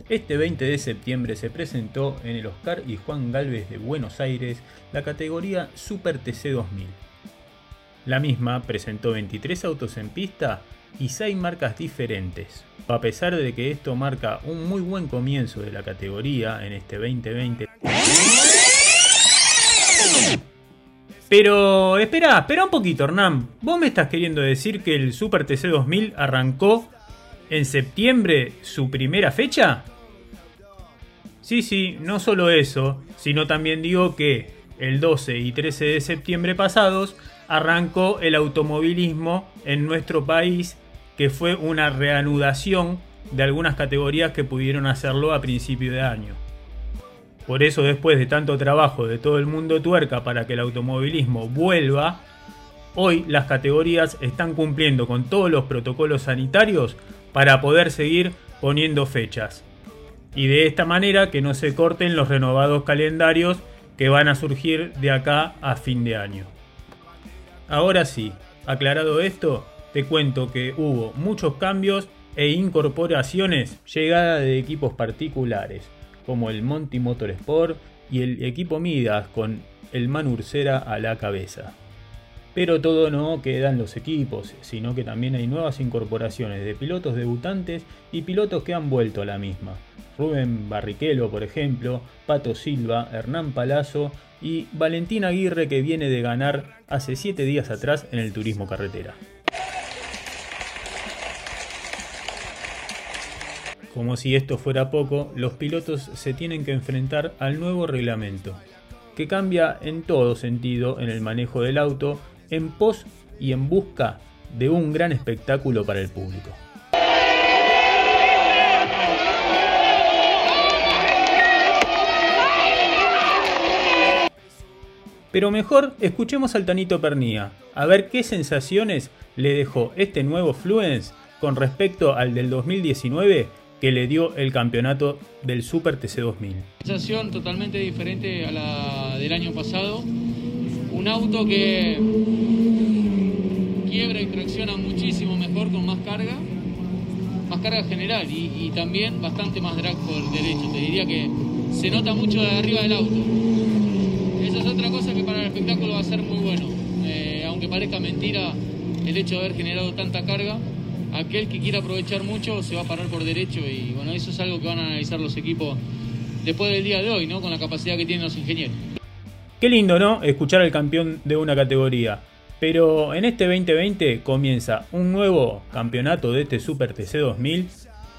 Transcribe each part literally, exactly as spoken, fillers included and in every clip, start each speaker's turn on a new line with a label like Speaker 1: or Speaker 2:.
Speaker 1: Este veinte de septiembre se presentó en el Oscar y Juan Gálvez de Buenos Aires la categoría Super T C dos mil. La misma presentó veintitrés autos en pista y seis marcas diferentes. A pesar de que esto marca un muy buen comienzo de la categoría en este veinte veinte. Pero espera, espera un poquito, Hernán. ¿Vos me estás queriendo decir que el Super T C dos mil arrancó en septiembre su primera fecha? Sí, sí, no solo eso, sino también digo que el doce y trece de septiembre pasados arrancó el automovilismo en nuestro país, que fue una reanudación de algunas categorías que pudieron hacerlo a principio de año. Por eso, después de tanto trabajo de todo el mundo tuerca para que el automovilismo vuelva, hoy las categorías están cumpliendo con todos los protocolos sanitarios para poder seguir poniendo fechas. Y de esta manera que no se corten los renovados calendarios que van a surgir de acá a fin de año. Ahora sí, aclarado esto, te cuento que hubo muchos cambios e incorporaciones, llegada de equipos particulares, como el Monty Motorsport y el equipo Midas con el Manu Ursera a la cabeza. Pero todo no queda en los equipos, sino que también hay nuevas incorporaciones de pilotos debutantes y pilotos que han vuelto a la misma. Rubén Barrichello, por ejemplo, Pato Silva, Hernán Palazzo y Valentín Aguirre, que viene de ganar hace siete días atrás en el turismo carretera. Como si esto fuera poco, los pilotos se tienen que enfrentar al nuevo reglamento, que cambia en todo sentido en el manejo del auto, en pos y en busca de un gran espectáculo para el público. Pero mejor escuchemos al Tanito Pernía, a ver qué sensaciones le dejó este nuevo Fluence con respecto al del dos mil diecinueve, que le dio el campeonato del Super T C dos mil.
Speaker 2: Sensación totalmente diferente a la del año pasado. Un auto que quiebra y tracciona muchísimo mejor, con más carga, más carga general y, y también bastante más drag por el derecho. Te diría que se nota mucho de arriba del auto. Esa es otra cosa que para el espectáculo va a ser muy bueno. Eh, aunque parezca mentira el hecho de haber generado tanta carga, aquel que quiera aprovechar mucho se va a parar por derecho y bueno, eso es algo que van a analizar los equipos después del día de hoy, ¿no? Con la capacidad que tienen los ingenieros.
Speaker 1: Qué lindo, ¿no? Escuchar al campeón de una categoría. Pero en este veinte veinte comienza un nuevo campeonato de este Super T C dos mil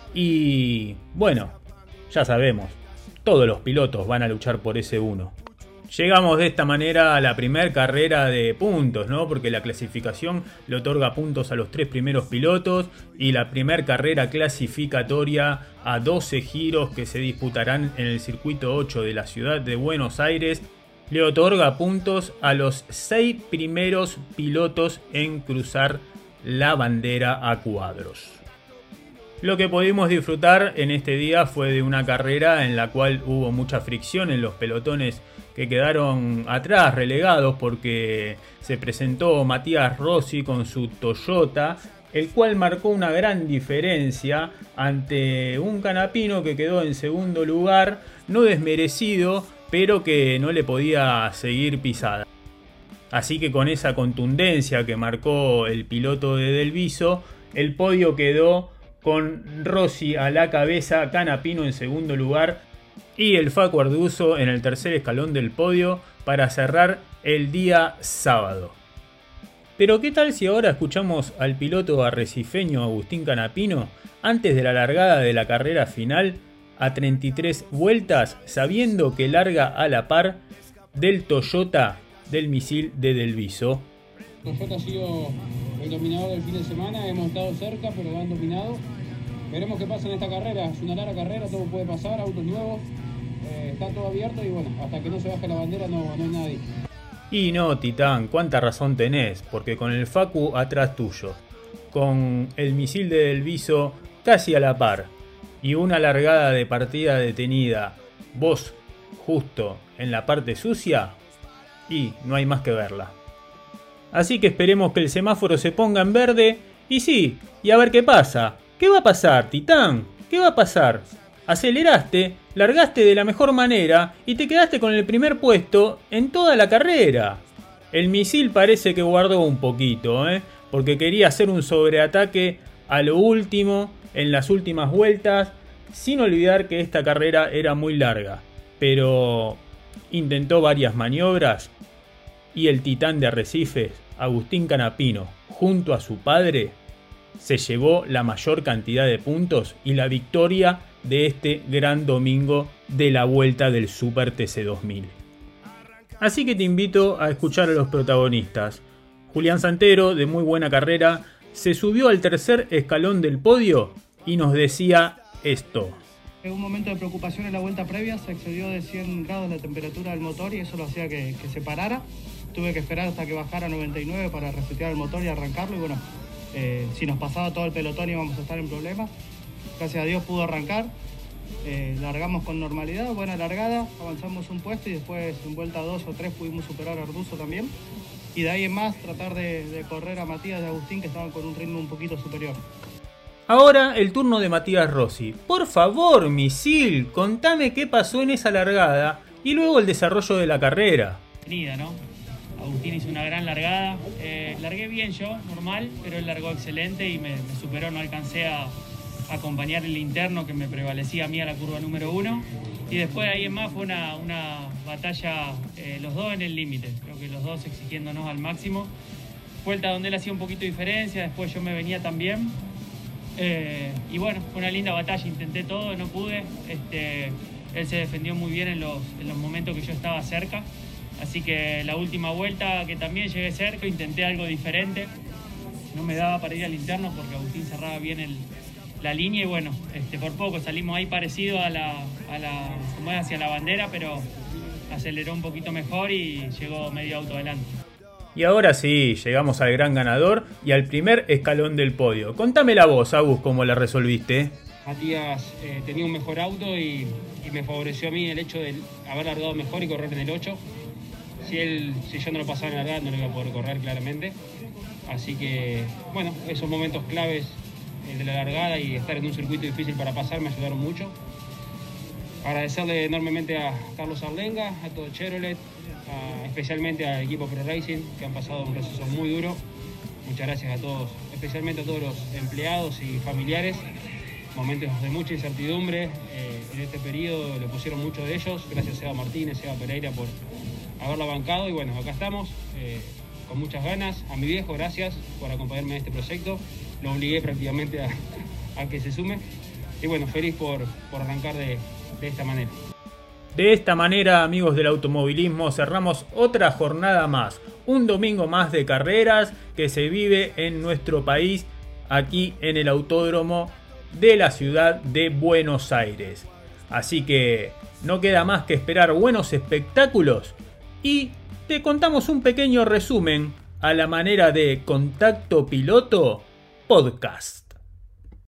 Speaker 1: y bueno, ya sabemos, todos los pilotos van a luchar por ese uno. Llegamos de esta manera a la primera carrera de puntos, ¿no? Porque la clasificación le otorga puntos a los tres primeros pilotos y la primera carrera clasificatoria a doce giros que se disputarán en el circuito ocho de la ciudad de Buenos Aires le otorga puntos a los seis primeros pilotos en cruzar la bandera a cuadros. Lo que pudimos disfrutar en este día fue de una carrera en la cual hubo mucha fricción en los pelotones que quedaron atrás, relegados, porque se presentó Matías Rossi con su Toyota, el cual marcó una gran diferencia ante un Canapino que quedó en segundo lugar, no desmerecido, pero que no le podía seguir pisada. Así que con esa contundencia que marcó el piloto de Del Viso, el podio quedó con Rossi a la cabeza, Canapino en segundo lugar y el Facu Arduzo en el tercer escalón del podio para cerrar el día sábado. Pero ¿qué tal si ahora escuchamos al piloto arrecifeño Agustín Canapino antes de la largada de la carrera final a treinta y tres vueltas, sabiendo que larga a la par del Toyota del misil de Del Viso?
Speaker 3: Toyota ha sido el dominador del fin de semana, hemos estado cerca pero han dominado. Veremos qué pasa en esta carrera, es una larga carrera, todo puede pasar, autos nuevos, eh, está todo abierto y bueno, hasta que no se baje la bandera no, no hay nadie.
Speaker 1: Y no, Titán, cuánta razón tenés, porque con el Facu atrás tuyo, con el misil de Del Viso casi a la par y una largada de partida detenida, vos justo en la parte sucia, y no hay más que verla. Así que esperemos que el semáforo se ponga en verde y sí, y a ver qué pasa. ¿Qué va a pasar, Titán? ¿Qué va a pasar? aceleraste, largaste de la mejor manera y te quedaste con el primer puesto en toda la carrera. El misil parece que guardó un poquito, ¿eh? porque quería hacer un sobreataque a lo último, en las últimas vueltas, sin olvidar que esta carrera era muy larga. Pero intentó varias maniobras y el titán de Arrecifes, Agustín Canapino, junto a su padre, se llevó la mayor cantidad de puntos y la victoria de este gran domingo de la vuelta del Super T C dos mil. Así que te invito a escuchar a los protagonistas. Julián Santero, de muy buena carrera, se subió al tercer escalón del podio y nos decía esto.
Speaker 4: En un momento de preocupación en la vuelta previa se excedió de cien grados la temperatura del motor y eso lo hacía que, que se parara. Tuve que esperar hasta que bajara a noventa y nueve para resetear el motor y arrancarlo y bueno, eh, si nos pasaba todo el pelotón íbamos a estar en problemas. Gracias a Dios pudo arrancar, eh, largamos con normalidad, buena largada, avanzamos un puesto y después en vuelta dos o tres pudimos superar a Arduzo también. Y de ahí en más tratar de, de correr a Matías y Agustín que estaban con un ritmo un poquito superior.
Speaker 1: Ahora el turno de Matías Rossi. Por favor, misil, contame qué pasó en esa largada y luego el desarrollo de la carrera.
Speaker 5: ¿no? Agustín hizo una gran largada, eh, largué bien yo, normal, pero él largó excelente y me, me superó, no alcancé a, a acompañar el interno que me prevalecía a mí a la curva número uno. Y después ahí en más fue una, una batalla, eh, los dos en el límite, creo que los dos exigiéndonos al máximo. Vuelta donde él hacía un poquito de diferencia, después yo me venía también. Eh, y bueno, fue una linda batalla, intenté todo, no pude. Este, él se defendió muy bien en los, en los momentos que yo estaba cerca. Así que la última vuelta que también llegué cerca, intenté algo diferente. No me daba para ir al interno porque Agustín cerraba bien el, la línea y bueno, este, por poco salimos ahí parecido a la, a la, como es hacia la bandera, pero aceleró un poquito mejor y llegó medio auto adelante.
Speaker 1: Y ahora sí, llegamos al gran ganador y al primer escalón del podio. Contame la voz, Agus, cómo la resolviste.
Speaker 3: Matías eh, tenía un mejor auto y, y me favoreció a mí el hecho de haber largado mejor y correr en el ocho. Si, él, si yo no lo pasaba en la largada no lo iba a poder correr claramente. Así que, bueno, esos momentos claves de la largada y estar en un circuito difícil para pasar me ayudaron mucho. Agradecerle enormemente a Carlos Arlenga, a todo Chevrolet, a, especialmente al equipo Pro Racing, que han pasado un proceso muy duro. Muchas gracias a todos, especialmente a todos los empleados y familiares. Momentos de mucha incertidumbre eh, en este periodo, le pusieron mucho de ellos. Gracias a Seba Martínez, Seba Pereira por haberla bancado y bueno, acá estamos eh, con muchas ganas. A mi viejo, gracias por acompañarme en este proyecto. Lo obligué prácticamente a, a que se sume. Y bueno, feliz por, por arrancar de, de esta manera.
Speaker 1: De esta manera, amigos del automovilismo, cerramos otra jornada más. Un domingo más de carreras que se vive en nuestro país, aquí en el autódromo de la ciudad de Buenos Aires. Así que no queda más que esperar buenos espectáculos y te contamos un pequeño resumen a la manera de Contacto Piloto Podcast.